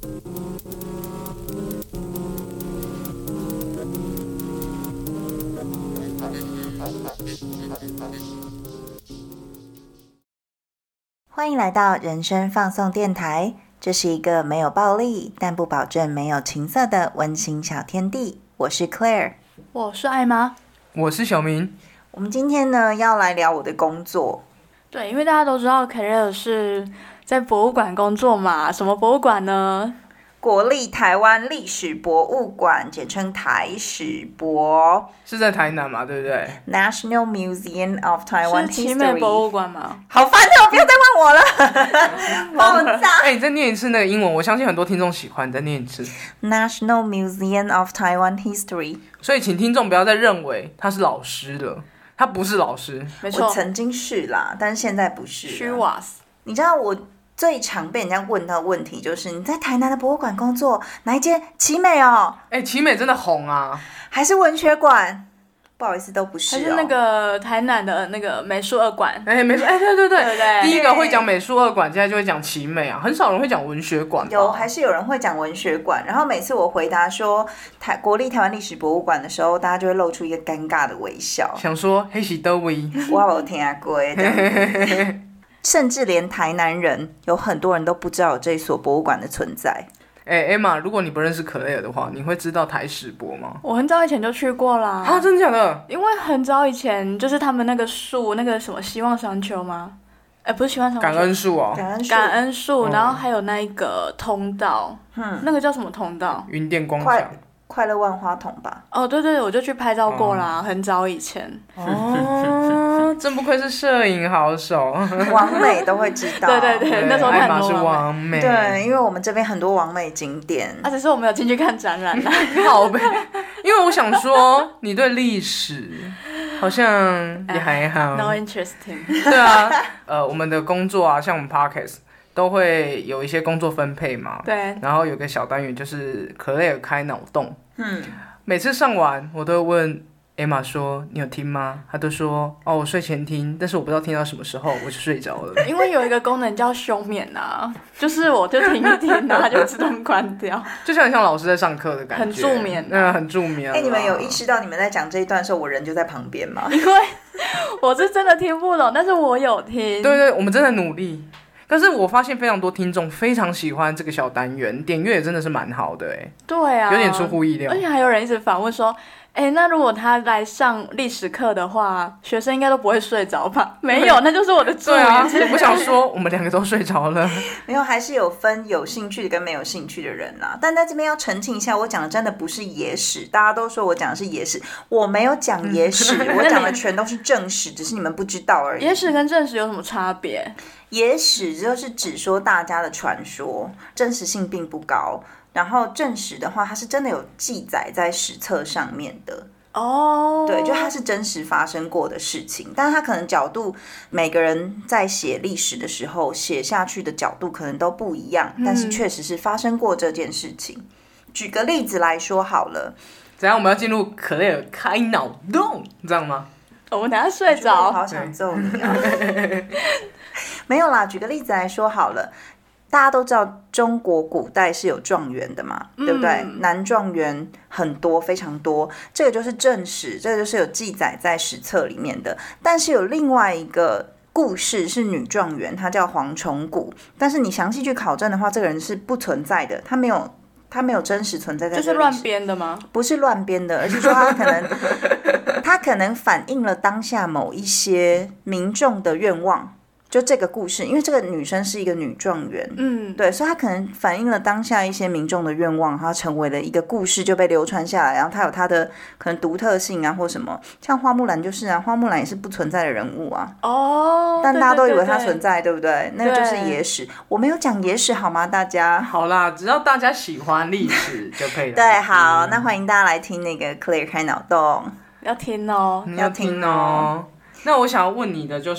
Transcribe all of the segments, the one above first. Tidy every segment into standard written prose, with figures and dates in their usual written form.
欢迎来到人生放送电台，这是一个没有暴力但不保证没有情色的温馨小天地。我是 Claire， 我是艾妈， 我是小明。 我们今天呢要来聊我的工作。 对，因为大家都知道 Claire 是在博物馆工作嘛，什么博物馆呢？ 国立台湾历史博物馆，简称台史博， 是在台南嘛，对不对？ National Museum of Taiwan History。 是奇美博物馆吗？ 好烦哦，不要再问我了。爆炸。 你再念一次那个英文，我相信很多听众喜欢，你再念一次。 National Museum of Taiwan History。 所以请听众不要再认为他是老师了，他不是老师。 没错， 我曾经是啦，但是现在不是。 虚瓦斯。 你知道我最常被人家问到的问题就是你在台南的博物馆工作哪一间？奇美哦。 奇美真的红啊。 还是文学馆？不好意思，都不是哦。 还是那个台南的那个美术二馆。 美术，对对对， 第一个会讲美术二馆，现在就会讲奇美啊，很少人会讲文学馆。 有，还是有人会讲文学馆。然后每次我回答说国立台湾历史博物馆的时候，大家就会露出一个尴尬的微笑， 想说黑是哪位？ 我有听过。甚至连台南人有很多人都不知道有这所博物馆的存在。 Emma， 如果你不认识可雷尔的话，你会知道台史博吗？ 我很早以前就去过啦。 啊，真的假的？ 因为很早以前就是他们那个树，那个什么希望山丘吗？不是希望山丘， 感恩树哦， 感恩树，然后还有那一个通道，那个叫什么通道？ 云电光墙。 快乐万花筒吧。 哦，对对，我就去拍照过啦，很早以前。 哦，真不愧是摄影好手。 网美都会知道。 对对对，那时候看很多是网美。 对，因为我们这边很多网美景点。 只是我没有进去看展览啦。 好呗，因为我想说，你对历史好像也还好。 No interesting。 对啊，我们的工作啊，像我们 Podcast。都会有一些工作分配嘛， 对， 然后有个小单元就是可雷尔开脑洞，每次上完我都会问 Emma 说你有听吗？她都说我睡前听，但是我不知道听到什么时候我就睡着了。 因为有一个功能叫休眠啊，就是我就听一听，然后它就自动关掉， 就像老师在上课的感觉， 很助眠， 很助眠。 你们有意识到你们在讲这一段的时候，我人就在旁边吗？ 因为我是真的听不懂，但是我有听。 对对，我们真的努力。但是我发现非常多听众非常喜欢这个小单元，点阅也真的是蛮好的。 对啊， 有点出乎意料。 而且还有人一直反问说，那如果他来上历史课的话，学生应该都不会睡着吧？没有，那就是我的助眠。 我想说我们两个都睡着了。 没有，还是有分有兴趣的跟没有兴趣的人啦。但在这边要澄清一下，我讲的真的不是野史，大家都说我讲的是野史，我没有讲野史，我讲的全都是正史，只是你们不知道而已。 野史跟正史有什么差别？ 野史就是只说大家的传说，真实性并不高。然后正史的话，它是真的有记载在史册上面的。对，就它是真实发生过的事情，但是它可能角度，每个人在写历史的时候写下去的角度可能都不一样，但是确实是发生过这件事情。举个例子来说好了， 怎样？我们要进入可雷尔开脑洞，这样吗？ 我们等一下睡着， 我好想揍你啊！没有啦，举个例子来说好了，大家都知道中国古代是有状元的嘛，对不对？男状元很多，非常多，这个就是正史，这个就是有记载在史册里面的。但是有另外一个故事是女状元，她叫黄崇古，但是你详细去考证的话，这个人是不存在的，他没有真实存在在这里， 就是乱编的吗？ 不是乱编的，而是说他可能反映了当下某一些民众的愿望。就这个故事，因为这个女生是一个女状元，对，所以她可能反映了当下一些民众的愿望，她成为了一个故事，就被流传下来，然后她有她的可能独特性啊，或什么，像花木兰就是啊，花木兰也是不存在的人物啊，但大家都以为她存在，对不对？那个就是野史，我没有讲野史好吗？大家好啦，只要大家喜欢历史就可以了。 对，好，那欢迎大家来听那个 Claire 开脑洞， 要听哦， 要听哦。 那我想要问你的就是。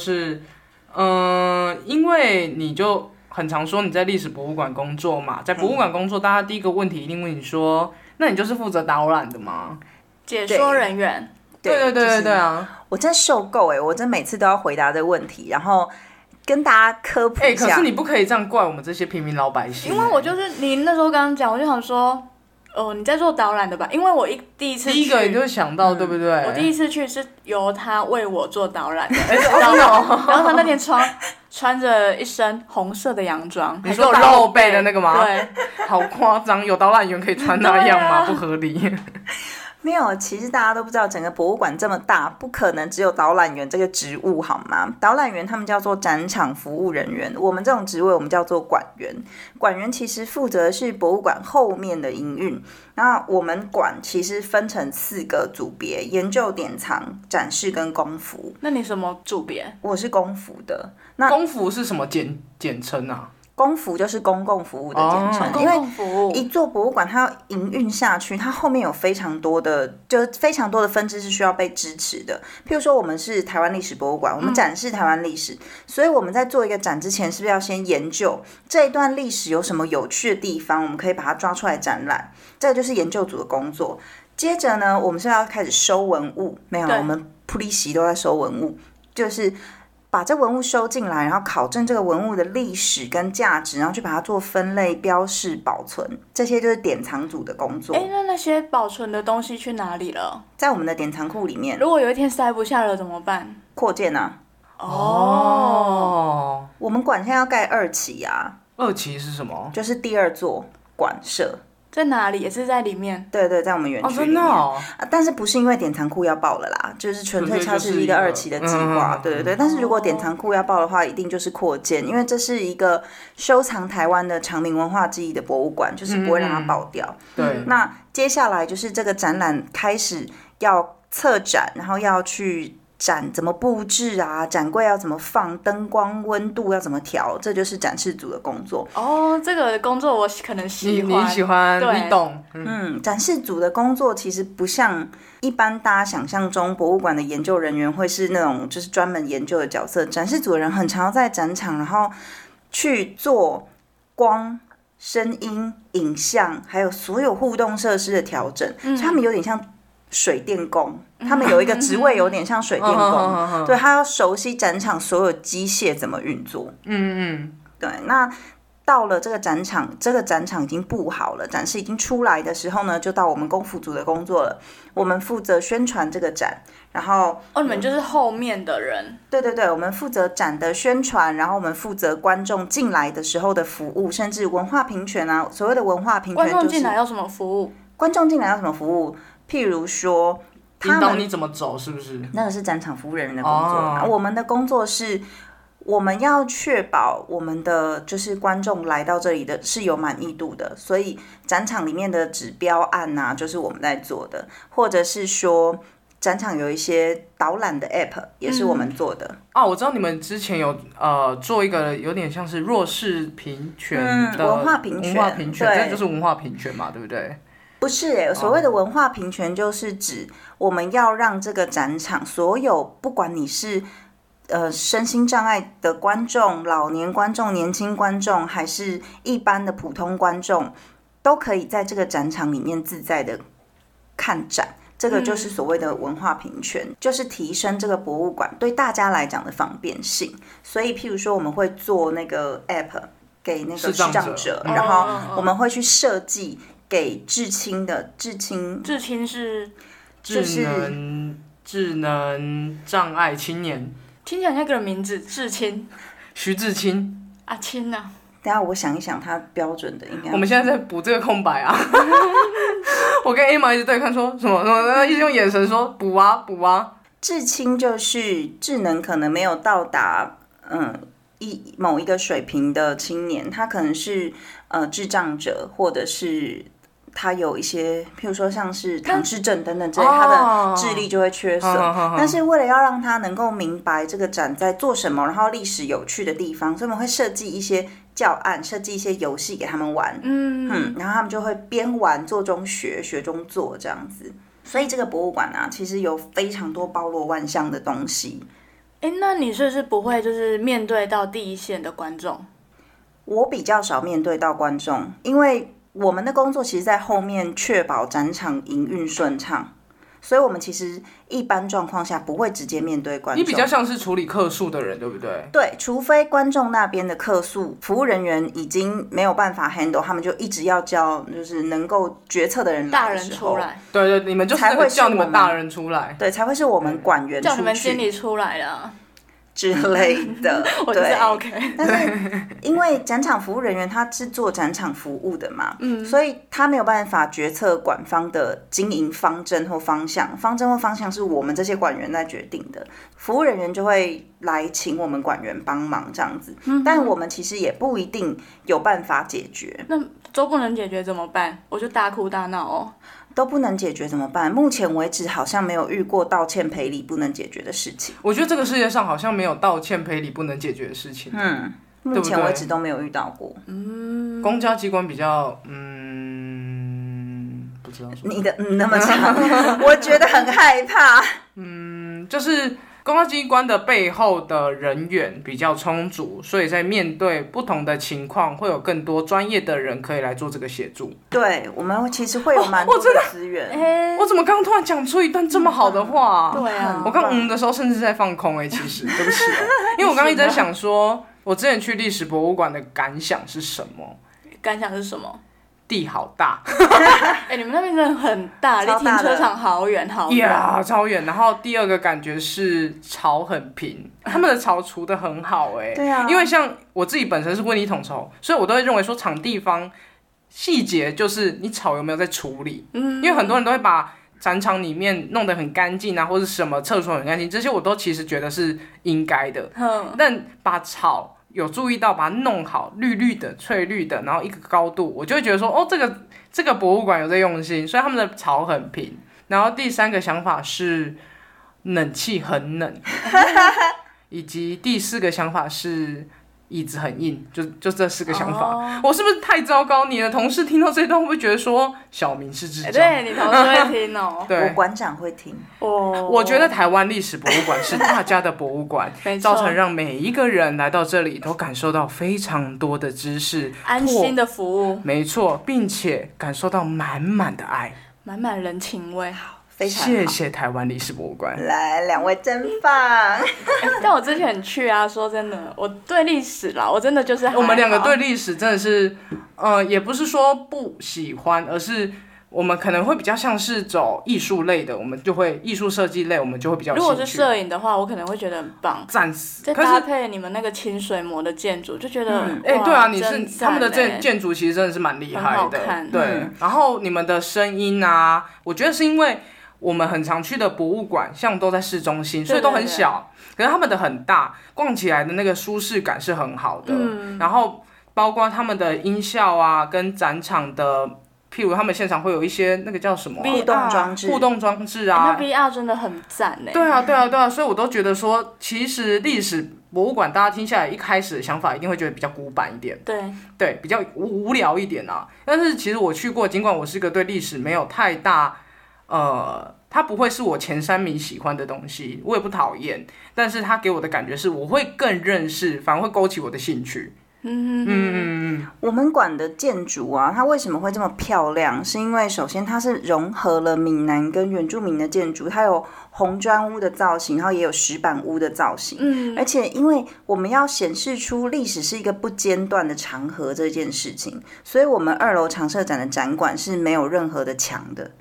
因为你就很常说你在历史博物馆工作嘛，在博物馆工作，大家第一个问题一定问你说，那你就是负责导览的吗？ 解说人员。 对啊， 我真受够我真每次都要回答这个问题，然后跟大家科普一下。 可是你不可以这样怪我们这些平民老百姓。 因为我就是你那时候刚刚讲，我就想说，你在做导览的吧？因为我第一次去， 第一个你就想到，对不对？ 我第一次去是由他为我做导览的，然后他那天穿着一身红色的洋装， 你说露背的那个吗？ 对， 好夸张，有导览员可以穿那样吗？不合理。 没有，其实大家都不知道，整个博物馆这么大，不可能只有导览员这个职务，好吗？导览员他们叫做展场服务人员，我们这种职位我们叫做馆员。馆员其实负责的是博物馆后面的营运。那我们馆其实分成4个组别：研究、典藏、展示跟公服。 那你什么组别？ 我是公服的。那公服是什么简称啊？ 公服就是公共服务的简称，因为一座博物馆它要营运下去，它后面有非常多的分支是需要被支持的。譬如说，我们是台湾历史博物馆，我们展示台湾历史，所以我们在做一个展之前，是不是要先研究这一段历史有什么有趣的地方，我们可以把它抓出来展览，这个就是研究组的工作。接着呢，我们是要开始收文物，没有，我们普利席都在收文物，就是把这文物收进来，然后考证这个文物的历史跟价值，然后去把它做分类、标示、保存，这些就是典藏组的工作。 那些保存的东西去哪里了？ 在我们的典藏库里面。 如果有一天塞不下了怎么办？ 扩建啊。我们馆现在要盖2期啊。 2期是什么？ 就是第2座馆舍。 在哪里？也是在里面。 对，在我们园区里面。 真的哦。 但是不是因为典藏库要爆了啦，就是纯粹它是一个2期的计划。对。但是如果典藏库要爆的话，一定就是扩建，因为这是一个收藏台湾的长明文化记忆的博物馆，就是不会让它爆掉。 对。 那接下来就是这个展览开始要策展，然后要去展怎么布置啊，展柜要怎么放，灯光温度要怎么调，这就是展示组的工作。 这个工作我可能喜欢。 你喜欢，你懂。 展示组的工作其实不像一般大家想象中博物馆的研究人员会是那种就是专门研究的角色。展示组的人很常在展场，然后去做光、声音、影像，还有所有互动设施的调整，所以他们有点像水电工，他们有一个职位有点像水电工，对，他要熟悉展场所有机械怎么运作。对，那到了这个展场已经布好了，展示已经出来的时候呢，就到我们公服组的工作了。我们负责宣传这个展，然后你们就是后面的人。 对，我们负责展的宣传，然后我们负责观众进来的时候的服务，甚至文化平权啊，所谓的文化平权就是观众进来要什么服务？ 观众进来要什么服务？譬如说， 引导你怎么走，是不是？ 那个是展场服务人员的工作。我们的工作是，我们要确保我们的就是观众来到这里的是有满意度的，所以展场里面的指标案啊，就是我们在做的，或者是说展场有一些导览的 app 也是我们做的。 我知道你们之前有做一个有点像是弱势平权的文化平权， 这就是文化平权嘛，对不对？ 不是所谓的文化平权就是指我们要让这个展场所有不管你是身心障碍的观众、老年观众、年轻观众，还是一般的普通观众，都可以在这个展场里面自在的看展。这个就是所谓的文化平权，就是提升这个博物馆对大家来讲的方便性。所以譬如说我们会做那个 app 给那个视障者，然后我们会去设计给至亲是智能障碍青年， 听起来那个名字至亲， 徐至亲啊，亲啊！ 等一下我想一想，他标准的应该。 我们现在在补这个空白啊！我跟 Emma 一直对看，说什么，一直用眼神说补啊。 至亲就是智能可能没有到达某一个水平的青年，他可能是智障者，或者是他有一些，譬如说像是唐氏症等等之类，他的智力就会缺损。但是为了要让他能够明白这个展在做什么，然后历史有趣的地方，所以我们会设计一些教案，设计一些游戏给他们玩。然后他们就会边玩做中学，学中做这样子。所以这个博物馆啊，其实有非常多包罗万象的东西。 那你是不是不会就是面对到第一线的观众？ 我比较少面对到观众，因为我们的工作其实在后面确保展场营运顺畅， 所以我们其实一般状况下不会直接面对观众。 你比较像是处理客诉的人，对不对？ 对，除非观众那边的客诉服务人员已经没有办法 handle， 他们就一直要叫就是能够决策的人大人出来。 对对，你们就是那个叫你们大人出来， 对，才会是我们管员出去， 叫你们经理出来了。 之类的， 我就是 OK。 但是因为展场服务人员他是做展场服务的嘛，所以他没有办法决策馆方的经营方针或方向，方针或方向是我们这些馆员在决定的，服务人员就会来请我们馆员帮忙这样子，但我们其实也不一定有办法解决。 那都不能解决怎么办？我就大哭大闹哦。 都不能解决怎么办？目前为止好像没有遇过道歉赔礼不能解决的事情。 我觉得这个世界上好像没有道歉赔礼不能解决的事情。 目前为止都没有遇到过。 公家机关比较不知道说。 你的那么长，我觉得很害怕。 就是公家机关的背后的人员比较充足，所以在面对不同的情况，会有更多专业的人可以来做这个协助。 对，我们其实会有蛮多的资源。 我怎么刚刚突然讲出一段这么好的话？ 对啊， 我刚的时候甚至在放空其实对不起因为我刚刚一直在想说，我之前去历史博物馆的感想是什么？ 感想是什么？ 地好大你们那边真的很大，离停车场好远好远呀，超远。然后第二个感觉是草很平，他们的草除得很好对啊， 因为像我自己本身是温理统筹，所以我都会认为说场地方细节就是你草有没有在处理，因为很多人都会把展场里面弄得很干净啊，或者什么厕所很干净，这些我都其实觉得是应该的。但把草有注意到把它弄好，绿绿的翠绿的，然后一个高度，我就会觉得说这个博物馆有在用心，所以他们的草很平。然后第三个想法是冷气很冷以及第四个想法是椅子很硬，就这四个想法。我是不是太糟糕？你的同事听到这段会不会觉得说小明是智障？ 对，你同事会听哦。 对， 我馆长会听。 我觉得台湾历史博物馆是大家的博物馆，造成让每一个人来到这里都感受到非常多的知识， 安心的服务。 没错，并且感受到满满的爱， 满满人情味。 谢谢台湾历史博物馆。 来，两位真棒但我之前去啊，说真的，我对历史啦，我真的就是我们两个对历史真的是也不是说不喜欢，而是我们可能会比较像是走艺术类的，我们就会艺术设计类，我们就会比较有兴趣。 如果是摄影的话，我可能会觉得很棒， 赞死。 再搭配你们那个清水模的建筑，就觉得对啊，他们的建筑其实真的是蛮厉害的， 很好看。 对，然后你们的声音啊，我觉得是因为我们很常去的博物馆，像都在市中心，所以都很小。可是他们的很大，逛起来的那个舒适感是很好的。然后包括他们的音效啊，跟展场的，譬如他们现场会有一些那个叫什么互动装置啊，那 VR 真的很赞耶。 对啊，所以我都觉得说，其实历史博物馆大家听下来一开始的想法一定会觉得比较古板一点，对，比较无聊一点啊。但是其实我去过，尽管我是个对历史没有太大它不会是我前3名喜欢的东西，我也不讨厌，但是它给我的感觉是我会更认识，反而会勾起我的兴趣。 我们馆的建筑啊，它为什么会这么漂亮？是因为首先它是融合了闽南跟原住民的建筑，它有红砖屋的造型，然后也有石板屋的造型。而且因为我们要显示出历史是一个不间断的长河这件事情，所以我们2楼常设展的展馆是没有任何的墙的。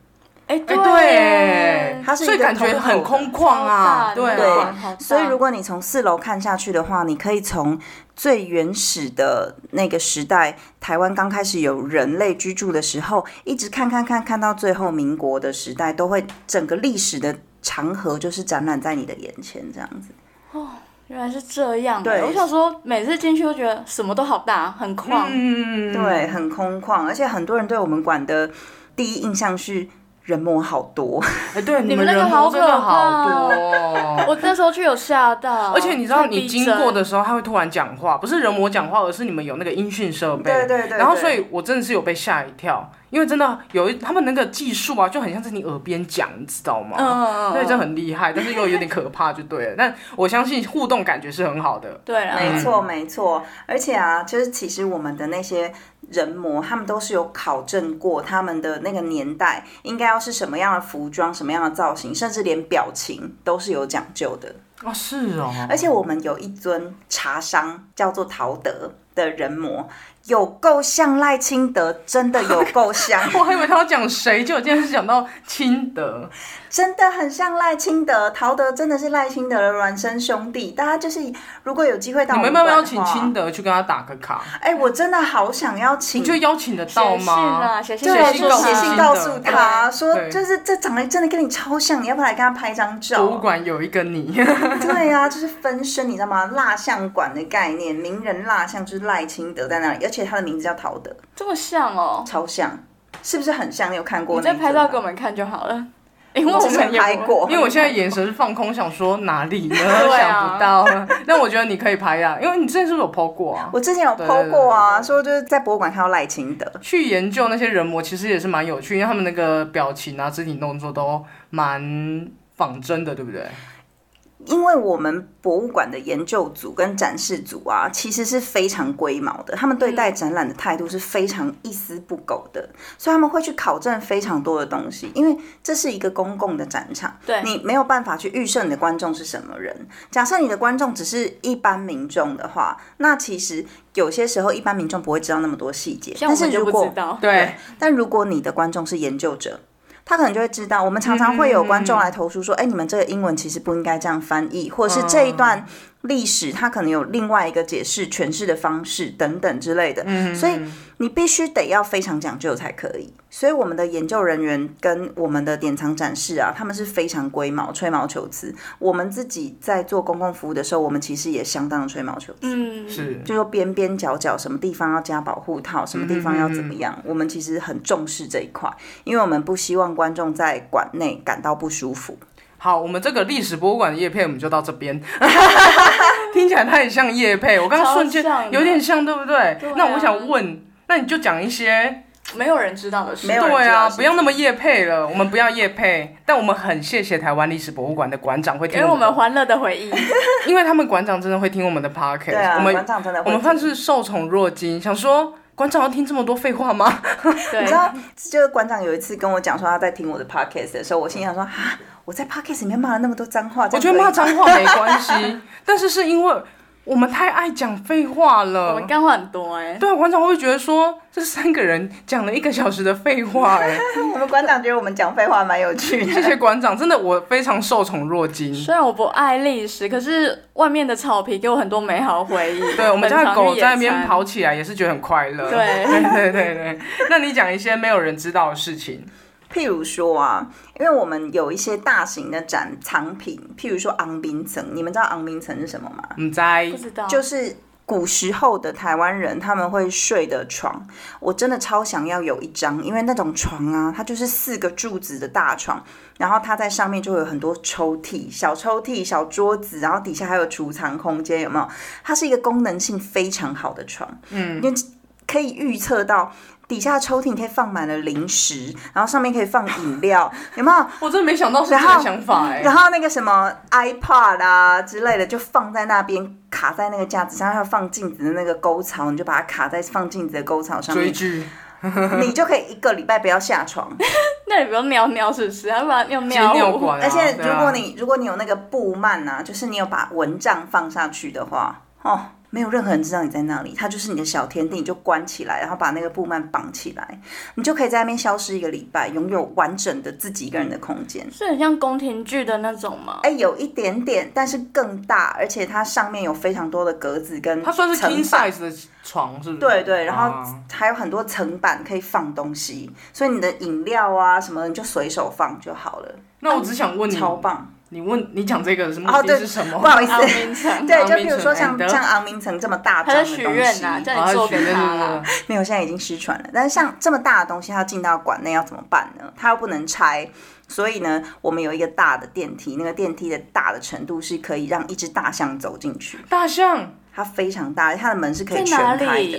对， 它是一个所以感觉很空旷啊，对， 所以如果你从4楼看下去的话，你可以从最原始的那个时代，台湾刚开始有人类居住的时候，一直看到最后民国的时代，都会整个历史的长河就是展览在你的眼前这样子。 原来是这样。 对， 我想说每次进去都觉得什么都好大，很旷。 对，很空旷，而且很多人对我们馆的第一印象是人魔好多。 对， 你们那个好可怕，我那时候去有吓到。 而且你知道你经过的时候他会突然讲话，不是人魔讲话，而是你们有那个音讯设备。 对。 然后所以我真的是有被吓一跳， 因为真的他们那个技术啊，就很像在你耳边讲，你知道吗？对，这很厉害，但是又有点可怕，就对了。但我相信互动感觉是很好的。 对啊， 没错没错。而且啊，就是其实我们的那些人模，他们都是有考证过，他们的那个年代应该要是什么样的服装、什么样的造型，甚至连表情都是有讲究的。 哦，是哦。 而且我们有一尊茶商叫做陶德的人模，有够像赖清德，真的有够像。 我还以为他要讲谁，结果竟然是讲到清德， 真的很像赖清德。陶德真的是赖清德的孪生兄弟。大家就是如果有机会到我们馆的话， 你们要不要请清德去跟他打个卡？ 我真的好想要请， 你就邀请得到吗？ 写信告诉他说，就是这长得真的跟你超像，你要不要来跟他拍张照？ 博物馆有一个你。 对啊，就是分身，你知道吗？蜡像馆的概念，名人蜡像就是赖清德在那里，而且他的名字叫陶德， 这么像哦， 超像，是不是很像？你有看过？ 你再拍照给我们看就好了。因为我们拍过， 因为我现在眼神是放空，想说哪里呢？想不到。但我觉得你可以拍啊，因为你之前是不是有 po 过啊？ 我之前有 po 过啊，说就是在博物馆看到赖清德。 去研究那些人模，其实也是蛮有趣，因为他们那个表情啊、肢体动作都蛮仿真的，对不对？ 因为我们博物馆的研究组跟展示组啊，其实是非常龟毛的，他们对待展览的态度是非常一丝不苟的，所以他们会去考证非常多的东西，因为这是一个公共的展场， 对， 你没有办法去预设你的观众是什么人。假设你的观众只是一般民众的话，那其实有些时候一般民众不会知道那么多细节， 像我们就不知道， 对， 但如果你的观众是研究者，他可能就会知道，我们常常会有观众来投诉说，你们这个英文其实不应该这样翻译，或者是这一段历史它可能有另外一个解释诠释的方式等等之类的，所以你必须得要非常讲究才可以。所以我们的研究人员跟我们的典藏展示啊，他们是非常龟毛、吹毛求疵。我们自己在做公共服务的时候，我们其实也相当的吹毛求疵， 是， 就说边边角角什么地方要加保护套，什么地方要怎么样，我们其实很重视这一块，因为我们不希望观众在馆内感到不舒服。 好，我们这个历史博物馆的业配我们就到这边。听起来太像业配，我刚刚瞬间有点像，对不对？那我想问，那你就讲一些没有人知道的事。 对啊，不要那么业配了，我们不要业配，但我们很谢谢台湾历史博物馆的馆长会听， 因为我们欢乐的回忆， 因为他们馆长真的会听我们的 podcast， 对啊，馆长真的会听， 我们算是受宠若惊，想说馆长要听这么多废话吗？ 你知道，就是馆长有一次跟我讲说他在听我的 podcast 的时候，我心想说我在 podcast 里面骂了那么多脏话， 我觉得骂脏话没关系，但是是因为我们太爱讲废话了， 我们干话很多对啊，馆长会觉得说这3个人讲了1个小时的废话我们馆长觉得我们讲废话蛮有趣的。 谢谢馆长，真的我非常受宠若惊。 虽然我不爱历史，可是外面的草皮给我很多美好回忆。 对，我们家的狗在那边跑起来也是觉得很快乐。 对， 那你讲一些没有人知道的事情。 譬如说啊，因为我们有一些大型的展藏品，譬如说昂宾层，你们知道昂宾层是什么吗？ 不知道， 就是古时候的台湾人他们会睡的床。我真的超想要有一张，因为那种床啊，它就是4个柱子的大床，然后它在上面就会有很多抽屉、小抽屉、小桌子，然后底下还有储藏空间，有没有？它是一个功能性非常好的床，因为可以预测到。底下抽屉你可以放满了零食，然后上面可以放饮料，有没有？ 我真的没想到是这个想法然后那个什么 iPod 啊之类的，就放在那边，卡在那个架子上，要放镜子的那个沟槽，你就把它卡在放镜子的沟槽上面。 追剧， 你就可以1个礼拜不要下床。 那你不用尿尿是不是？要把它尿管。 而且如果你有那个布幔啊，就是你有把蚊帐放下去的话，没有任何人知道你在那里，它就是你的小天地，你就关起来，然后把那个布幔绑起来，你就可以在那边消失1个礼拜，拥有完整的自己一个人的空间。 是很像宫廷剧的那种吗？ 有一点点，但是更大，而且它上面有非常多的格子跟它算是 king size 的床，是不是？ 对，然后还有很多层板可以放东西，所以你的饮料啊什么，你就随手放就好了。 那我只想问你， 超棒。 你讲这个的目的是什么？ 不好意思， 昂明城， 对，就比如说像昂明城这么大张的东西， 他在许愿啊，叫你做给他啦。 没有，现在已经失传了。但是像这么大的东西，它要进到馆内要怎么办呢？它又不能拆，所以呢，我们有一个大的电梯，那个电梯的大的程度是可以让一只大象走进去。 大象？ 它非常大，它的门是可以全开的。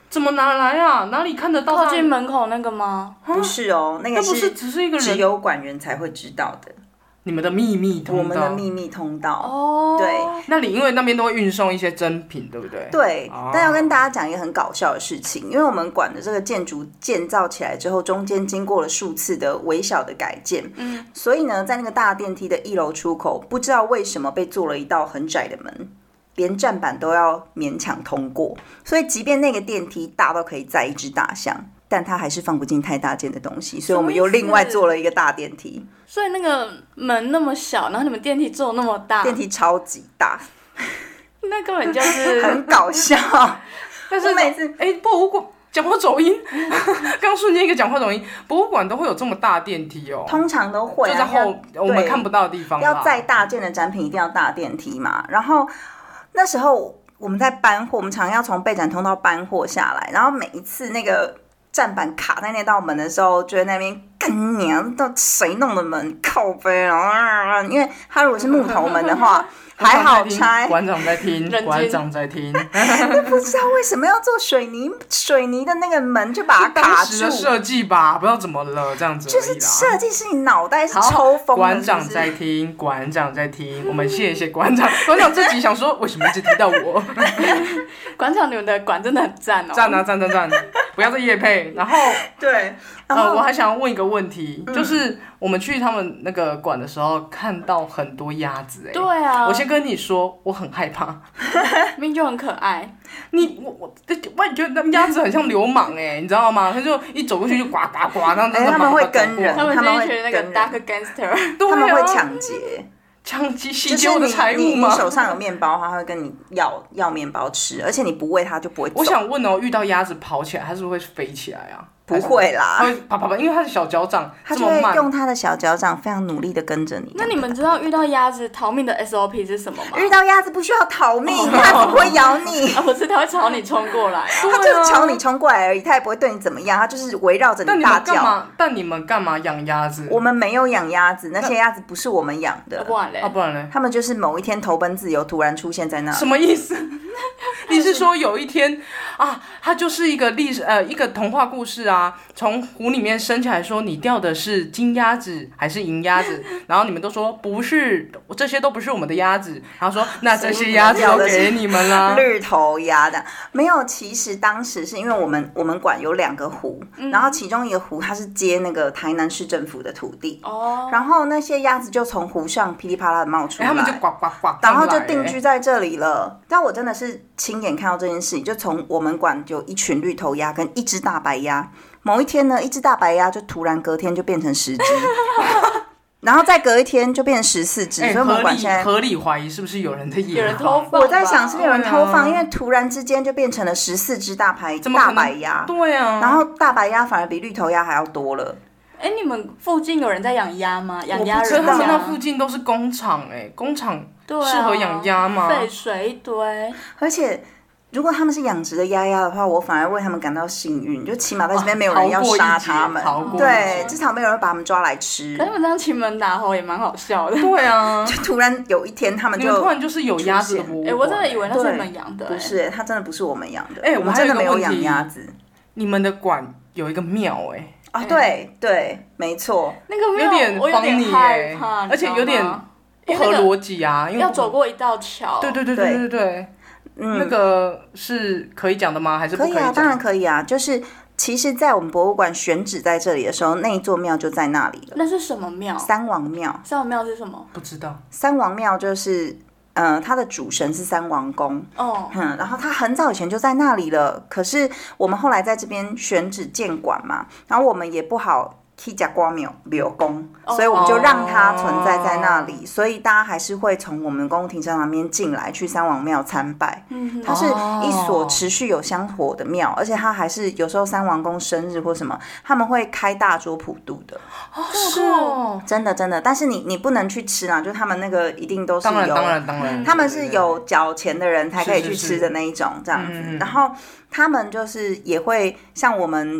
怎么拿来啊？哪里看得到？ 靠近门口那个吗？ 不是哦，那个不是只是一个人， 只有管员才会知道的。 你们的秘密通道， 我们的秘密通道哦， 对， 那里因为那边都会运送一些珍品，对不对？ 对，但要跟大家讲一个很搞笑的事情，因为我们馆的这个建筑建造起来之后，中间经过了数次的微小的改建，所以呢，在那个大电梯的1楼出口，不知道为什么被做了一道很窄的门，连站板都要勉强通过，所以即便那个电梯大到可以载一只大象，但它还是放不进太大件的东西，所以我们又另外做了一个大电梯。 所以那个门那么小，然后你们电梯做那么大， 电梯超级大， 那根本就是很搞笑。 但是每次博物馆讲话走音，刚瞬间一个讲话走音，博物馆都会有这么大电梯哦？ 通常都会、啊， 就在后我们看不到的地方， 要载大件的展品一定要大电梯嘛。然后那时候我们在搬货，我们常要从备展通道搬货下来，然后每一次那个站板卡在那道门的时候，就在那边干娘，到谁弄的门靠背啊？因为它如果是木头门的话，还好拆。 馆长在听，馆长在听。 不知道为什么要做水泥的那个门，就把它卡住。 当时的设计吧，不知道怎么了，这样子而已啦。 就是设计师，你脑袋是抽风的。 馆长在听，馆长在听，我们谢谢馆长。馆长自己想说，为什么一直提到我？ 馆长，你们的馆真的很赞哦！ 赞啊，赞！不要再业配。然后对， 我还想要问一个问题，就是我们去他们那个馆的时候，看到很多鸭子， 对啊， 我先跟你说，我很害怕， 明明就很可爱。 我也觉得那鸭子很像流氓你知道吗？他就一走过去就呱呱呱，然后他们会跟人， 他们会学那个 Dark Gangster， 他们会抢劫。 吸劫我的财物吗？ 你手上有面包，他会跟你要面包吃，而且你不喂它就不会走。 我想问遇到鸭子跑起来，它是不是会飞起来啊？ 不会啦， 它会啪，因为它的小脚掌它就会用它的小脚掌非常努力的跟着你。 那你们知道遇到鸭子逃命的 SOP 是什么吗？ 遇到鸭子不需要逃命，它只会咬你。 不是，它会朝你冲过来。 它就是朝你冲过来而已，它也不会对你怎么样，它就是围绕着你大叫。 但你们干嘛养鸭子？ 我们没有养鸭子，那些鸭子不是我们养的。 不然嘞？ 不然嘞？ 他们就是某一天投奔自由，突然出现在那里。 什么意思？你是说有一天啊，它就是一个一个童话故事啊，从湖里面升起来说你钓的是金鸭子还是银鸭子，然后你们都说不是，这些都不是我们的鸭子，然后说那这些鸭子都给你们啦。 绿头鸭的没有，其实当时是因为我们馆有2个湖，然后其中一个湖它是接那个台南市政府的土地，然后那些鸭子就从湖上噼里啪啦的冒出来， 他们就呱呱呱， 然后就定居在这里了。但我真的是亲眼看到这件事情，就从我们馆有一群绿头鸭跟一只大白鸭，某一天呢，一只大白鸭就突然隔天就变成10只，然后再隔一天就变成14只，所以我们馆现在合理怀疑是不是有人在野放？ 有人偷放， 我在想是不是有人偷放，因为突然之间就变成了14只大白鸭， 对啊， 然后大白鸭反而比绿头鸭还要多了。 你们附近有人在养鸭吗？养鸭人？ 他们那附近都是工厂工厂适合养鸭吗？ 废水一堆， 而且如果他们是养殖的鸭的话，我反而为他们感到幸运，就起码在这边没有人要杀他们，对，至少没有人把他们抓来吃。 可是你们这样亲门打吼也蛮好笑的。 对啊， 就突然有一天他们就突然就是有鸭子的博物馆。 我真的以为那是你们养的。 不是，它真的不是我们养的。 我们真的没有养鸭子。 你们的馆有一个庙对，没错， 那个庙有点我有点害怕， 而且有点不合逻辑啊，因为要走过一道桥。 对。那个是可以讲的吗？还是不可以讲？ 可以啊，当然可以啊。就是其实，在我们博物馆选址在这里的时候，那一座庙就在那里了。 那是什么庙？ 三王庙。 三王庙是什么？ 不知道。 三王庙就是它的主神是三王公，然后他很早以前就在那里了。可是我们后来在这边选址建馆嘛，然后我们也不好去吃挂庙公，所以我们就让它存在在那里，所以大家还是会从我们公共停车场那边进来去三王庙参拜。它是一所持续有香火的庙，而且它还是有时候三王公生日或什么，他们会开大桌普渡的。 是哦， 真的，但是你不能去吃啦，就他们那个一定都是有， 当然， 他们是有缴钱的人才可以去吃的那一种这样子。然后他们就是也会像我们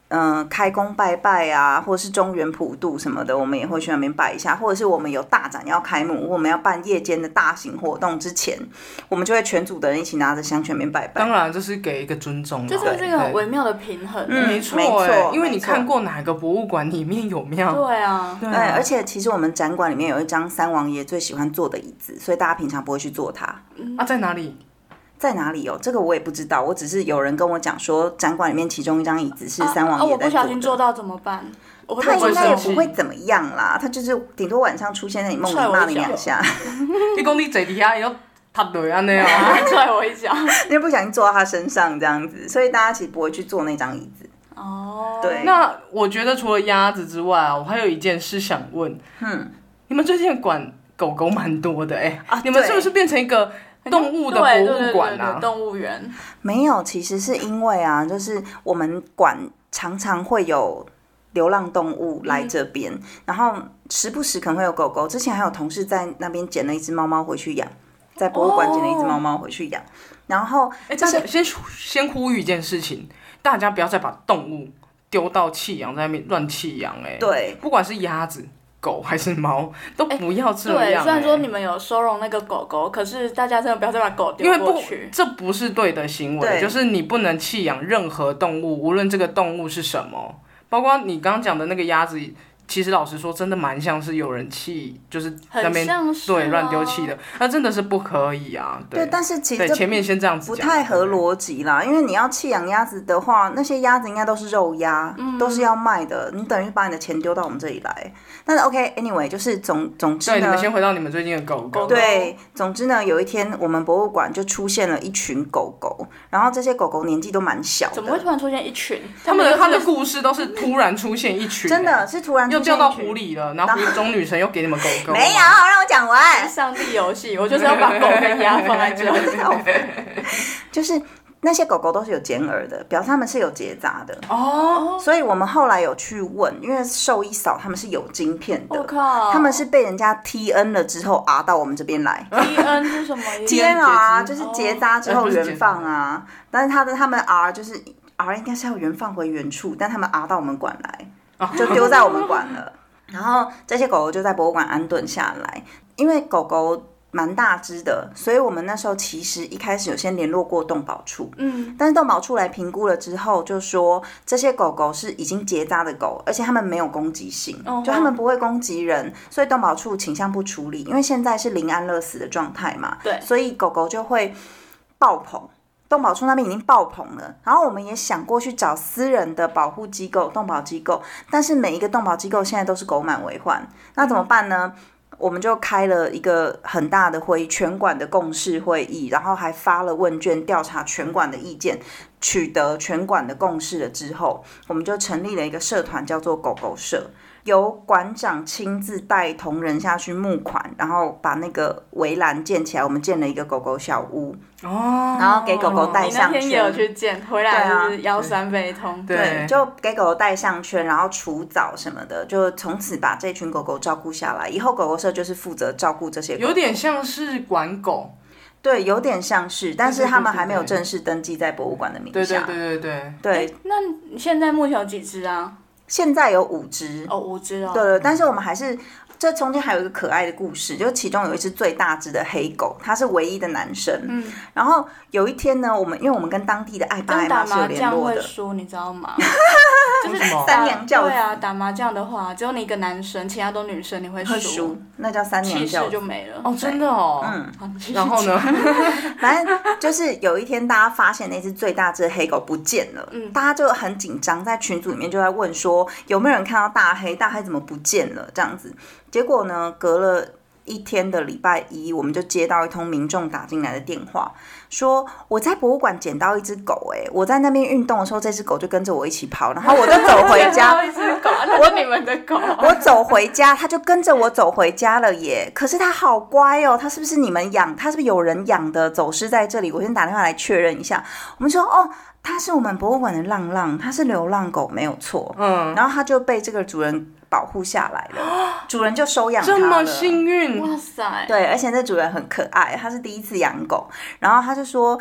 开工拜拜啊，或者是中元普渡什么的，我们也会去那边拜一下，或者是我们有大展要开幕，我们要办夜间的大型活动之前，我们就会全组的人一起拿着香去那边拜拜。 当然这是给一个尊重， 这是个很微妙的平衡。 没错，因为你看过哪个博物馆里面有庙？ 对啊， 对，而且其实我们展馆里面有一张三王爷最喜欢坐的椅子，所以大家平常不会去坐它。 在哪里？ 在哪里这个我也不知道，我只是有人跟我讲说，展馆里面其中一张椅子是三王爷在坐的。 我不小心坐到怎么办？ 他应该也不会怎么样啦，他就是顶多晚上出现在你梦里骂你2下。 你讲你坐底下，伊就踏落安尼踹我一脚， 你不小心坐到他身上这样子，所以大家其实不会去坐那张椅子。对。 那我觉得除了鸭子之外我还有一件事想问，你们最近管狗狗蛮多的你们是不是变成一个动物的博物馆啊？ 对动物园没有，其实是因为就是我们馆常常会有流浪动物来这边，然后时不时可能会有狗狗。之前还有同事在那边捡了一只猫猫回去养，在博物馆捡了一只猫猫回去养。然后先呼吁一件事情，大家不要再把动物丢到弃养，在那边乱弃养对， 不管是鸭子、狗还是猫，都不要这样。 对，虽然说你们有收容那个狗狗，可是大家真的不要再把狗丢过去， 因为这不是对的行为。就是你不能弃养任何动物，无论这个动物是什么，包括你刚刚讲的那个鸭子。其实老实说，真的蛮像是有人弃，就是在那边对乱丢弃的，那真的是不可以啊。 对，但是其实前面先这样子不太合逻辑啦，因为你要弃养鸭子的话，那些鸭子应该都是肉鸭，都是要卖的，你等于把你的钱丢到我们这里来。但是 OK，anyway， 就是总之呢， 对，你们先回到你们最近的狗狗。 对，总之呢，有一天我们博物馆就出现了一群狗狗，然后这些狗狗年纪都蛮小的。 怎么会突然出现一群？ 他的故事都是突然出现一群， 真的是突然又掉到湖里了，然后湖中女神又给你们狗狗。 没有，让我讲完。 上帝游戏，我就是要把狗跟鸭放在这里。 就是那些狗狗都是有剪耳的，表示他们是有结扎的所以我们后来有去问，因为兽医嫂他们是有晶片的，他们是被人家 TN 了之后到我们这边来。 TN 是什么 ？TN 就是结扎之后原放啊，但是他们 R 就是 R 应该是要原放回原处，但他们 R 到我们馆来，就丢在我们馆了。然后这些狗狗就在博物馆安顿下来，因为狗狗蛮大只的，所以我们那时候其实一开始有先联络过动保处，但是动保处来评估了之后，就说这些狗狗是已经结扎的狗，而且它们没有攻击性，就它们不会攻击人，所以动保处倾向不处理，因为现在是零安乐死的状态嘛， 对， 所以狗狗就会爆棚。动保处那边已经爆棚了，然后我们也想过去找私人的保护机构、动保机构，但是每一个动保机构现在都是狗满为患，那怎么办呢？我们就开了一个很大的会议，全馆的共识会议，然后还发了问卷调查全馆的意见，取得全馆的共识了之后，我们就成立了一个社团，叫做狗狗社，由馆长亲自带同仁下去募款，然后把那个围栏建起来，我们建了一个狗狗小屋然后给狗狗戴项圈。 你那天也有去建，回来就是腰酸背痛。 对，就给狗狗戴项圈，然后除藻什么的，就从此把这群狗狗照顾下来。以后狗狗社就是负责照顾这些狗狗， 有点像是管狗。 对，有点像是，但是他们还没有正式登记在博物馆的名下。 对。那你现在目前有几只啊？ 现在有5只。 5只哦。 对，但是我们还是。这中间还有一个可爱的故事，就是其中有一只最大只的黑狗，它是唯一的男生。然后有一天呢，因为我们跟当地的爱爸爱妈是有联络的。 会输，你知道吗？ 就是三娘教子。 对啊，打麻将的话，只有你一个男生，其他都女生，你会输， 那叫三娘教子， 气势就没了。 真的哦。然后呢？ 反正就是有一天，大家发现那只最大只的黑狗不见了，大家就很紧张，在群组里面就在问说，有没有人看到大黑？大黑怎么不见了？这样子。结果呢，隔了一天的礼拜一，我们就接到一通民众打进来的电话，说我在博物馆捡到一只狗，我在那边运动的时候，这只狗就跟着我一起跑，然后我就走回家。 一只狗，那是你们的狗。 我走回家，它就跟着我走回家了耶。可是它好乖哦，它是不是你们养？它是不是有人养的？走失在这里，我先打电话来确认一下。我们说它是我们博物馆的浪浪，它是流浪狗没有错。然后它就被这个主人保护下来了，主人就收养它了。 这么幸运， 哇塞！ 对，而且这主人很可爱，他是第一次养狗，然后他就说，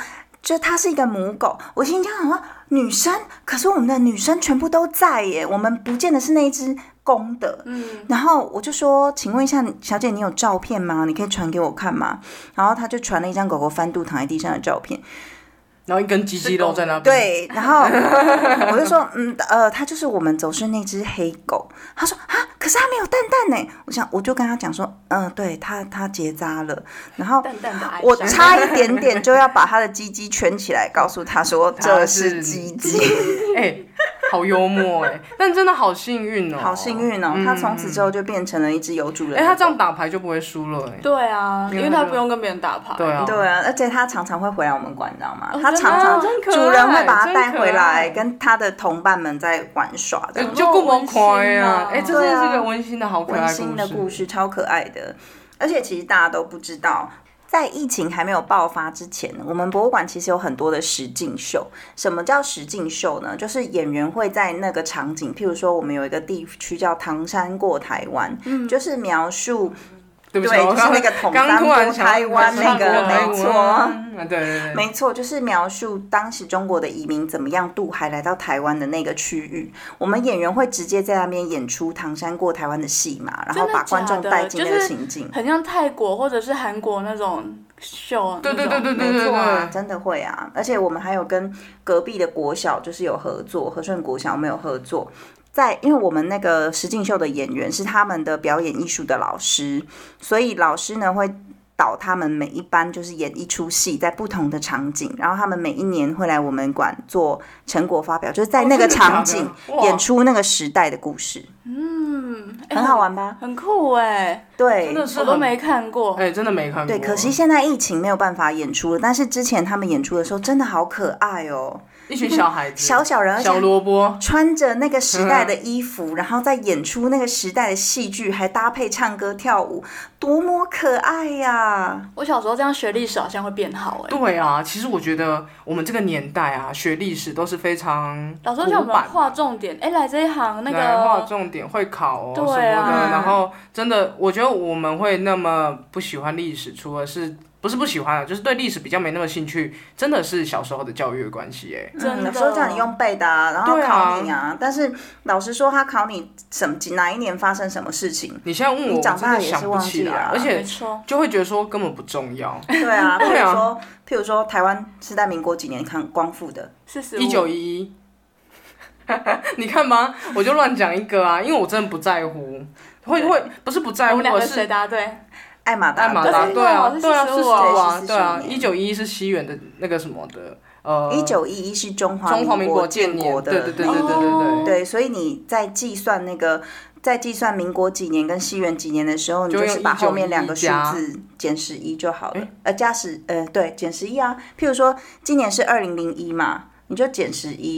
就它是一个母狗。我心里想说女生，可是我们的女生全部都在耶，我们不见得是那一只公的。然后我就说，请问一下小姐，你有照片吗？你可以传给我看吗？然后他就传了一张狗狗翻肚躺在地上的照片。 然后一根鸡鸡肉在那边。 对，然后我就说，它就是我们走失那只黑狗。他说啊，可是它没有蛋蛋呢。我就跟他讲说，对，它结扎了。然后我差一点点就要把它的鸡鸡圈起来，告诉他说这是鸡鸡。 好幽默但真的好幸运哦， 好幸运哦！它从此之后就变成了一只有主人的狗。 它这样打牌就不会输了对啊，因为它不用跟别人打牌。 对啊， 而且它常常会回来我们馆，你知道吗？它常常主人会把它带回来，跟它的同伴们在玩耍， 就够温馨啊！这真的是个温馨的好可爱温馨的故事，超可爱的。而且其实大家都不知道。在疫情还没有爆发之前，我们博物馆其实有很多的实境秀。什么叫实境秀呢？就是演员会在那个场景，譬如说我们有一个地区叫唐山过台湾，就是描述。对，就是那个统三过台湾那个，没错， 对， 没错，就是描述当时中国的移民怎么样渡海来到台湾的那个区域。我们演员会直接在那边演出唐山过台湾的戏码，然后把观众带进那个情境， 很像泰国或者是韩国那种秀。 对， 没错啊，真的会啊！而且我们还有跟隔壁的国小就是有合作，和顺国小我们有合作。因为我们那个实境秀的演员是他们的表演艺术的老师，所以老师呢会导他们每一班就是演一出戏，在不同的场景，然后他们每一年会来我们馆做成果发表，就是在那个场景演出那个时代的故事。很好玩吧？ 很酷对， 真的是我都没看过。 真的没看过。 对，可惜现在疫情没有办法演出了，但是之前他们演出的时候真的好可爱哦。 一群小孩子， 小人， 小萝卜， 穿着那个时代的衣服，然后再演出那个时代的戏剧，还搭配唱歌跳舞，多么可爱呀！ 我小时候这样学历史好像会变好对啊，其实我觉得我们这个年代啊，学历史都是非常老师叫我们划重点，来这一行那个划重点会考什么的，然后真的，我觉得我们会那么不喜欢历史，除了是。不是不喜欢就是对历史比较没那么兴趣，真的是小时候的教育的关系真的，有时候叫你用背的然后考你但是老实说，他考你哪一年发生什么事情， 你现在问我， 你长大也是忘记了， 而且就会觉得说根本不重要。 对啊，譬如说台湾是在民国几年光复的 ？1911。你看吧，我就乱讲一个因为我真的不在乎，会不是不在乎， 我们两个谁答对？ 艾玛达， 对啊 ，45 对啊，1911是西元的那个什么的 ，1911是中华民国建国的，对，所以你在计算民国几年跟西元几年的时候，你就是把后面两个数字减11就好了，加对，减11啊。譬如说今年是2001嘛，你就减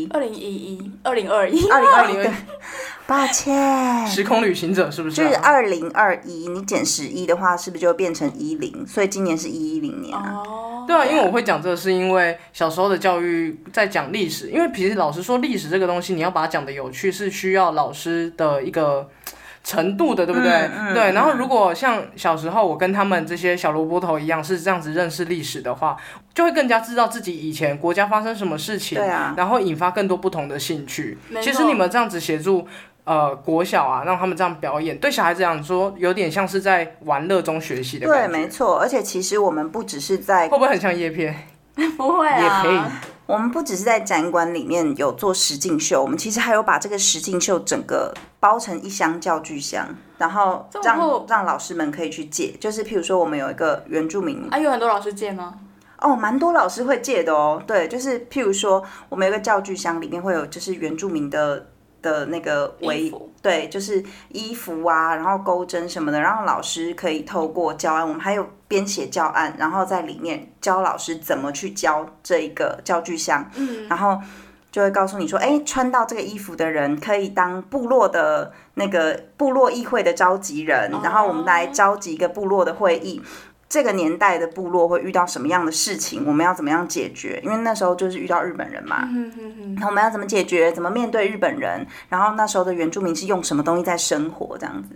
11，2021，2021，抱歉， 时空旅行者是不是？ 就是2021，你减11的话，是不是就变成10？所以今年是110年对啊，因为我会讲这个，是因为小时候的教育在讲历史，因为其实老实说，历史这个东西你要把它讲的有趣，是需要老师的一个程度的，对不对？对。然后如果像小时候我跟他们这些小萝卜头一样是这样子认识历史的话，就会更加知道自己以前国家发生什么事情，然后引发更多不同的兴趣。其实你们这样子协助国小让他们这样表演，对小孩子讲说有点像是在玩乐中学习的感觉。 对，没错。而且其实我们不只是在， 会不会很像叶片？ 不会也可以。 我们不只是在展馆里面有做实境秀，我们其实还有把这个实境秀整个包成一箱教具箱，然后让老师们可以去借。就是譬如说，我们有一个原住民， 有很多老师借吗？ 蛮多老师会借的对，就是譬如说，我们有一个教具箱，里面会有就是原住民的那个对，就是衣服然后钩针什么的，让老师可以透过教案，我们还有编写教案，然后在里面教老师怎么去教这一个教具箱，然后就会告诉你说，穿到这个衣服的人可以当部落的那个部落议会的召集人，然后我们来召集一个部落的会议。这个年代的部落会遇到什么样的事情，我们要怎么样解决，因为那时候就是遇到日本人嘛，然后我们要怎么解决，怎么面对日本人，然后那时候的原住民是用什么东西在生活，这样子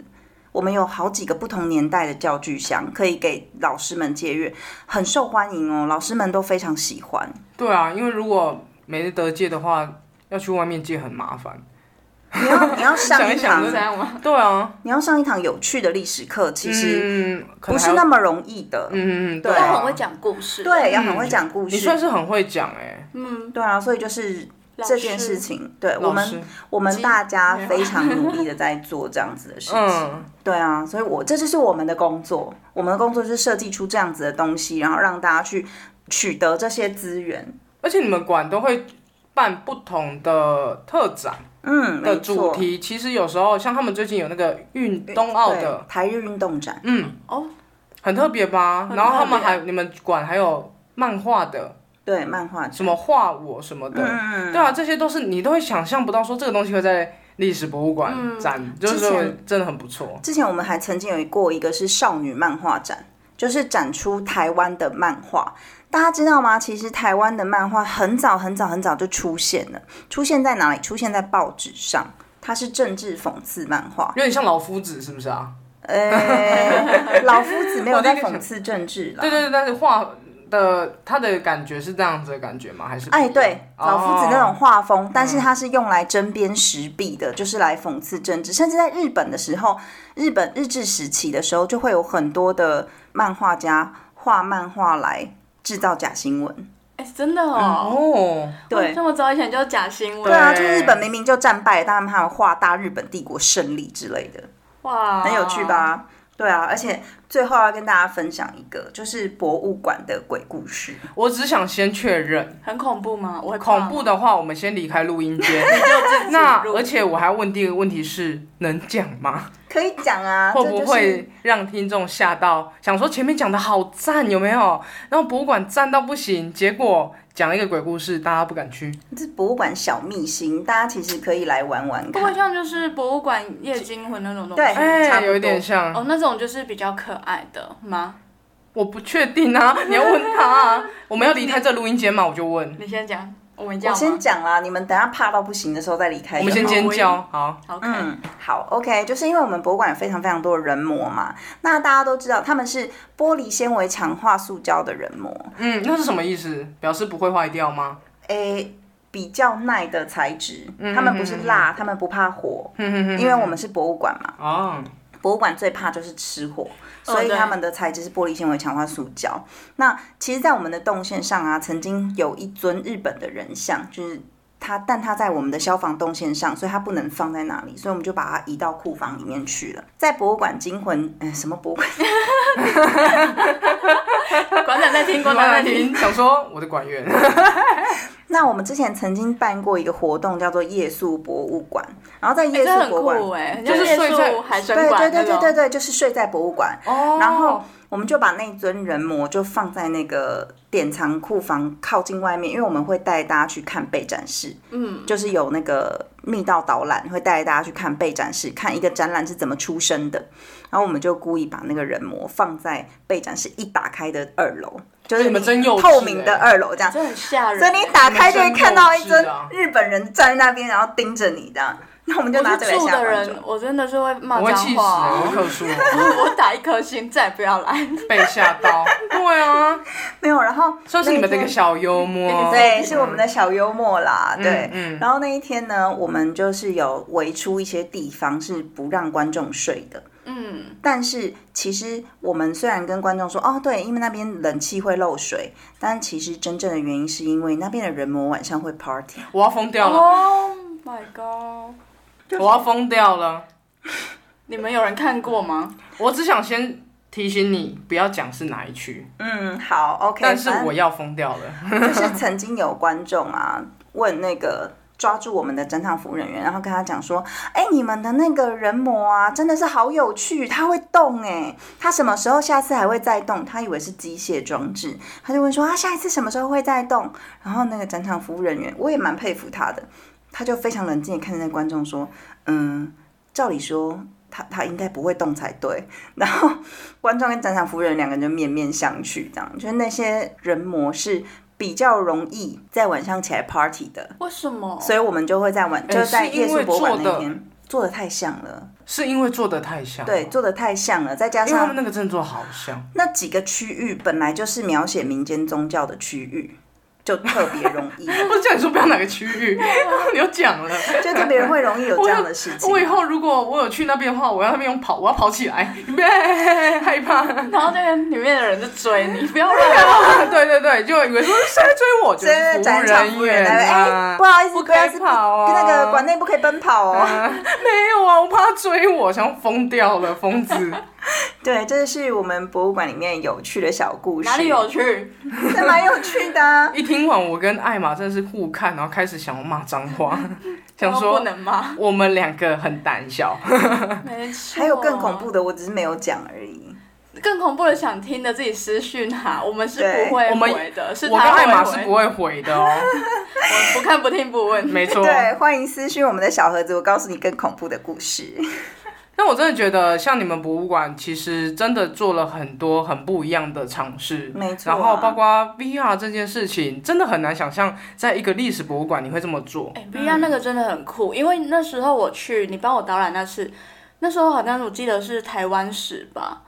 我们有好几个不同年代的教具箱可以给老师们借阅，很受欢迎哦，老师们都非常喜欢。 对啊，因为如果没得借的话，要去外面借很麻烦。 你要上一堂， 对啊， 你要上一堂有趣的历史课，其实不是那么容易的。 对，要很会讲故事。 对，要很会讲故事。 你算是很会讲对啊，所以就是这件事情，对我们大家非常努力的在做这样子的事情。对啊，所以这就是我们的工作，我们的工作就是设计出这样子的东西，然后让大家去取得这些资源。 而且你们馆都会办不同的特展。的主题其实有时候像他们最近有那个冬奥的台日运动展， 很特别吧？然后他们你们馆还有漫画的， 对，漫画展什么画我什么的，对啊，这些都是你都会想象不到说这个东西会在历史博物馆展，就是真的很不错。 之前我们还曾经有过一个是少女漫画展，就是展出台湾的漫画。大家知道吗？其实台湾的漫画很早很早很早就出现了，出现在哪里？出现在报纸上，它是政治讽刺漫画， 有点像老夫子，是不是啊？ 老夫子没有在讽刺政治啦。 对，但是画的他的感觉是这样子的感觉吗？还是对，老夫子那种画风，但是它是用来针砭时弊的，就是来讽刺政治。甚至在日本的时候，日治时期的时候，就会有很多的漫画家画漫画来制造假新闻。 真的哦，对，这么早以前就假新闻。 对啊，就是日本明明就战败了，但他们还有画大日本帝国胜利之类的， 哇， 很有趣吧？对啊，而且最后要跟大家分享一个，就是博物馆的鬼故事。 我只想先确认， 很恐怖吗？我会恐怖的话，我们先离开录音间。那而且我还要问第一个问题是，能讲吗？ 可以讲啊， 会不会让听众吓到，想说前面讲的好赞有没有？然后博物馆赞到不行，结果讲一个鬼故事，大家不敢去。 这博物馆小秘辛，大家其实可以来玩玩看。 不会像就是博物馆夜惊魂那种东西， 对， 有一点像。 那种就是比较可爱的吗？ 我不确定啊，你要问他啊。我们要离开这录音间嘛，我就问。 你先讲。我先讲啦，你们等一下怕到不行的时候再离开。 我们先尖叫，好。 好 ，OK， 就是因为我们博物馆有非常非常多的人模嘛，那大家都知道他们是玻璃纤维强化塑胶的人模。 那是什么意思？表示不会坏掉吗？ 比较耐的材质，他们不是蜡，他们不怕火，因为我们是博物馆嘛。博物馆最怕就是吃火，所以他们的材质是玻璃纤维强化塑胶。那其实，在我们的动线上啊，曾经有一尊日本的人像，就是但他在我们的消防动线上，所以他不能放在那里，所以我们就把它移到库房里面去了。在博物馆惊魂，什么博物馆？ 馆长在听， 想说我的馆员。 那我们之前曾经办过一个活动，叫做夜宿博物馆，然后在夜宿博物馆， 就是睡在海参馆， 对，就是睡在博物馆。然后我们就把那尊人模就放在那个典藏库房靠近外面，因为我们会带大家去看备展室，就是有那个密道导览，会带大家去看备展室，看一个展览是怎么出生的。然后我们就故意把那个人模放在备展室一打开的2楼。就是透明的2楼这样， 真的很吓人。 所以你打开就会看到一尊日本人站在那边，然后盯着你这样。那我们就拿这个来吓观众。 我真的是会骂脏话， 我会气死，我会克诉。 我打1颗星，再也不要来。 被吓到。对啊， 没有。然后算是你们的一个小幽默。 对，是我们的小幽默啦。对，然后那一天呢，我们就是有围出一些地方是不让观众睡的。但是其实我们虽然跟观众说对，因为那边冷气会漏水，但其实真正的原因是因为那边的人模晚上会 party。 我要疯掉了 ！Oh my god！ 我要疯掉了！ 你们有人看过吗？ 我只想先提醒你，不要讲是哪一区。 好 ，OK。 但是我要疯掉了。 就是曾经有观众啊问那个。抓住我们的展场服务人员，然后跟他讲说：“你们的那个人模啊，真的是好有趣，它会动它什么时候下次还会再动？”他以为是机械装置，他就问说：“下一次什么时候会再动？”然后那个展场服务人员，我也蛮佩服他的，他就非常冷静地看着那个观众说：“照理说他应该不会动才对。”然后观众跟展场服务人员两个人就面面相觑，这样就是那些人模是比较容易在晚上起来 party 的。 为什么？ 所以我们就会在就在夜宿博物馆那天。 做的太像了。 是因为做的太像， 对，做的太像了，再加因为他上们那个真的做得好像。 那几个区域本来就是描写民间宗教的区域，就特别容易。 不是叫你说不要哪个区域，你又讲了， 就特别容易有这样的事情。 我以后如果我有去那边的话，我要那边用跑，我要跑起来，害怕。 然后那个里面的人就追你，不要乱对对对，就以为说谁在追我，就是服务人员啊。 不好意思， 不可以跑哦， 那个馆内不可以奔跑哦。 没有啊，我怕他追我，想疯掉了，疯子。 对，这是我们博物馆里面有趣的小故事。 哪里有趣？ 这蛮有趣的啊。 一听完，我跟艾玛真的是互看，然后开始想要骂脏话，想说不能骂， 我们两个很胆小。 没错。 还有更恐怖的，我只是没有讲而已。 更恐怖的想听的自己私讯哈，我们是不会回的，是我跟艾玛是不会回的哦。 我不看不听不问， 没错。 对，欢迎私讯我们的小盒子，我告诉你更恐怖的故事。 但我真的觉得，像你们博物馆，其实真的做了很多很不一样的尝试。 没错、啊。 然后包括 VR 这件事情，真的很难想象，在一个历史博物馆你会这么做。 VR 那个真的很酷，因为那时候我去，你帮我导览那次，那时候好像我记得是台湾史吧。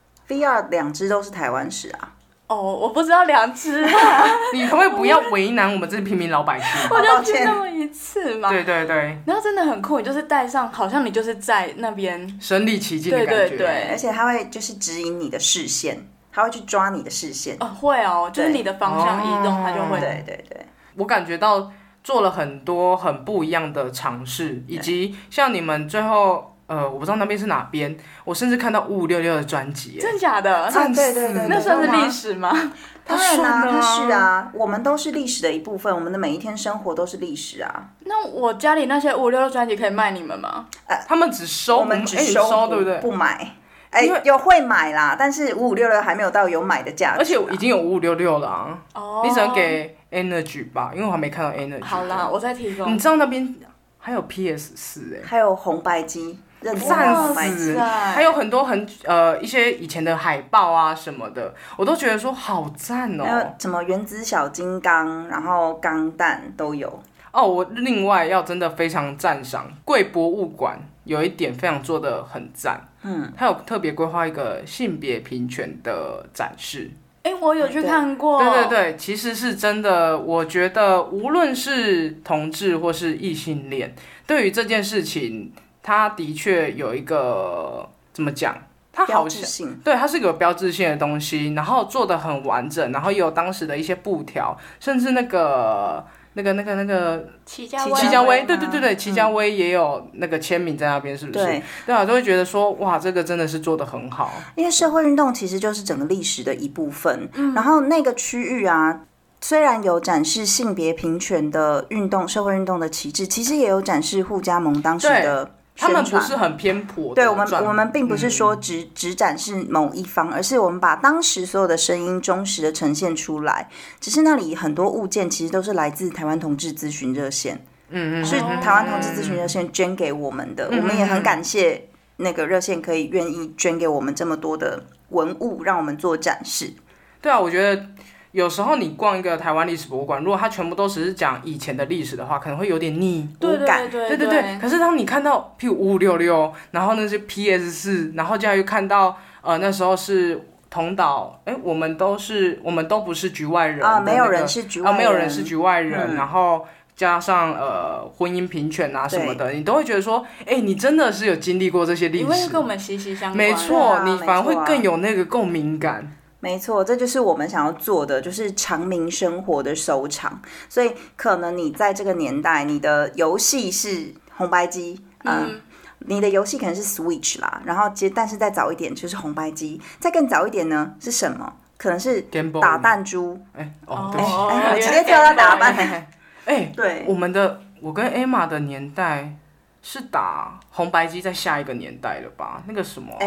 VR 2只都是台湾史啊。 哦，我不知道2只你可不可以不要为难我们这些平民老百姓？ 我就去那么一次嘛。 对对对。 然后真的很酷，你就是戴上，好像你就是在那边身临其境的感觉。 对对对， 而且它会就是指引你的视线，它会去抓你的视线。 会哦，就是你的方向移动，它就会。 对对对。 我感觉到做了很多很不一样的尝试，以及像你们最后。我不知道那边是哪边，我甚至看到5566的专辑， 真假的？ 对对对， 那算是历史吗？ 当然啦，它是啊，我们都是历史的一部分，我们的每一天生活都是历史啊。 那我家里那些5566专辑可以卖你们吗？ 他们只收， 我们只收， 对不对？ 不买。有会买啦，但是5566还没有到有买的价值， 而且已经有5566了啊。哦，你只能给 Energy 吧，因为我还没看到 Energy。 好啦，我再提供。 你知道那边还有 PS4 还有红白机。 赞死！还有很多一些以前的海报啊什么的，我都觉得说好赞哦。 还有什么原子小金刚，然后钢弹都有。 哦，我另外要真的非常赞赏贵博物馆，有一点非常做得很赞。它有特别规划一个性别平权的展示。 我有去看过。 对对对，其实是真的，我觉得无论是同志或是异性恋，对于这件事情。它的确有一个怎么讲？它好像对，它是一个标志性的东西，然后做的很完整，然后也有当时的一些布条，甚至那个齐家威，对对对对，齐家威也有那个签名在那边，是不是？对啊，都会觉得说哇，这个真的是做的很好。 因为社会运动其实就是整个历史的一部分，然后那个区域啊。虽然有展示性别平权的运动、社会运动的旗帜，其实也有展示互加盟当时的宣传。 他们不是很偏颇的。 对，我们并不是说只展示某一方，而是我们把当时所有的声音忠实的呈现出来。只是那里很多物件其实都是来自台湾同志咨询热线，是台湾同志咨询热线捐给我们的。我们也很感谢那个热线可以愿意捐给我们这么多的文物，让我们做展示。 对啊，我觉得。有时候你逛一个台湾历史博物馆，如果它全部都只是讲以前的历史的话，可能会有点腻， 无感。 对对对。可是当你看到譬如5566，然后那些 PS4，然后又看到那时候是同岛，我们都不是局外人啊， 没有人是局外人， 没有人是局外人，然后加上婚姻平权啊什么的，你都会觉得说，你真的是有经历过这些历史， 因为跟我们息息相关。 没错，你反而会更有那个共鸣感。 没错，这就是我们想要做的，就是长民生活的收藏。所以可能你在这个年代，你的游戏是红白机，你的游戏可能是 Switch 啦，然后但是再早一点就是红白机，再更早一点呢是什么？可能是打弹珠。 我直接跳到打弹。 对，我跟 Emma 的年代。是打红白机在下一个年代了吧？那个什么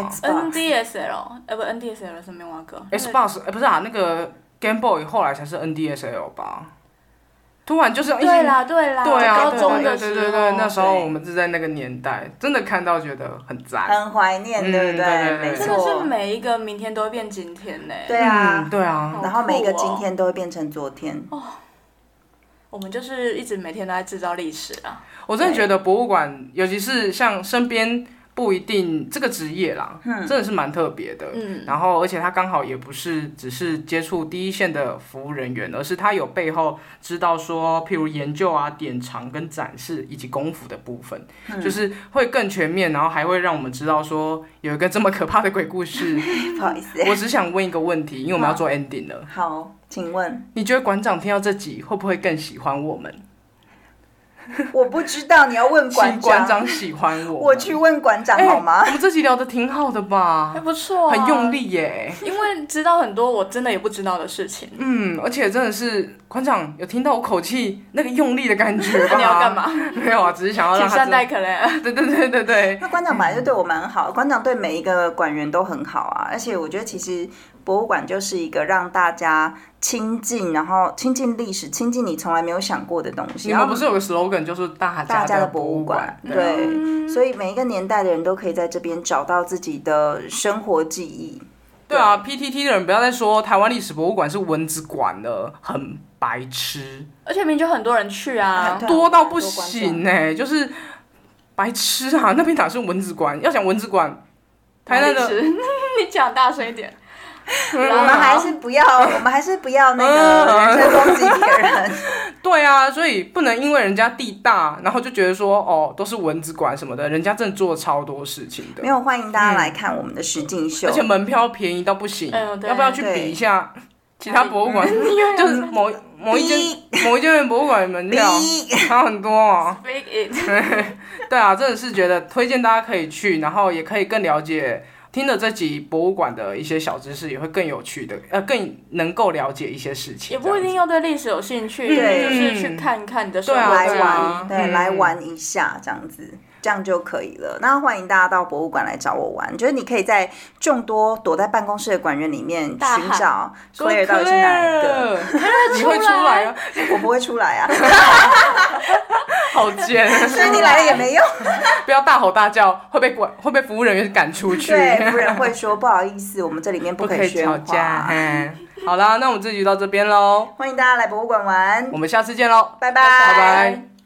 NDSL， 不 NDSL 是另外一个 Xbox， 不是啊，那个 Game Boy 后来才是 NDSL 吧？突然就是对啦， 对啊， 高中的时候， 对，那时候我们是在那个年代，真的看到觉得很赞， 很怀念，对不对？没错， 真的是每一个明天都会变今天呢。 对啊， 对啊， 然后每一个今天都会变成昨天。 我们就是一直每天都在制造历史啊。 我真的觉得博物馆，尤其是像身边不一定这个职业啦，真的是蛮特别的。然后而且他刚好也不是只是接触第一线的服务人员，而是他有背后知道说，譬如研究啊、典藏跟展示以及功夫的部分，就是会更全面，然后还会让我们知道说有一个这么可怕的鬼故事。 不好意思， 我只想问一个问题，因为我们要做 ending 了。 好，请问你觉得馆长听到这集会不会更喜欢我们？ 我不知道，你要问馆长。 馆长喜欢我， 我去问馆长好吗？ 我们这集聊得挺好的吧？ 还不错啊， 很用力耶。 因为知道很多我真的也不知道的事情。 而且真的是馆长有听到我口气那个用力的感觉吧？ 你要干嘛？ 没有啊，只是想要让他。 请善待可怜。 对。 那馆长本来就对我蛮好，馆长对每一个馆员都很好啊。而且我觉得其实博物馆就是一个让大家亲近，然后亲近历史，亲近你从来没有想过的东西。 你们不是有个 slogan 就是大家的博物馆？ 对，所以每一个年代的人都可以在这边找到自己的生活记忆。 对啊 ，PTT 的人不要再说台湾历史博物馆是蚊子馆了，很白痴。 而且明明就很多人去啊， 多到不行哎，就是白痴啊！那边哪是蚊子馆？要讲蚊子馆，台南的你讲大声一点。 我们还是不要那个人身攻击别人。 对啊，所以不能因为人家地大，然后就觉得说哦都是蚊子馆什么的，人家真的做了超多事情的。 没有，欢迎大家来看我们的实境秀， 而且门票便宜到不行。要不要去比一下其他博物馆？就是某一间博物馆的门票差很多哦。对啊，真的是觉得推荐大家可以去，然后也可以更了解。听了这集博物馆的一些小知识，也会更有趣的，更能够了解一些事情。 也不一定要对历史有兴趣，就是去看看你的生活来玩，来玩一下这样子。这样就可以了。那欢迎大家到博物馆来找我玩，就是你可以在众多躲在办公室的馆员里面寻找 Claire 到底是哪一个。 你会出来啊？ 我不会出来啊。 好贱， 所以你来了也没用。 不要大吼大叫，会被服务人员赶出去。 对，服务人会说不好意思，我们这里面不可以吵架。好啦，那我们这集就到这边喽。 欢迎大家来博物馆玩， 我们下次见喽， 拜拜， 拜拜。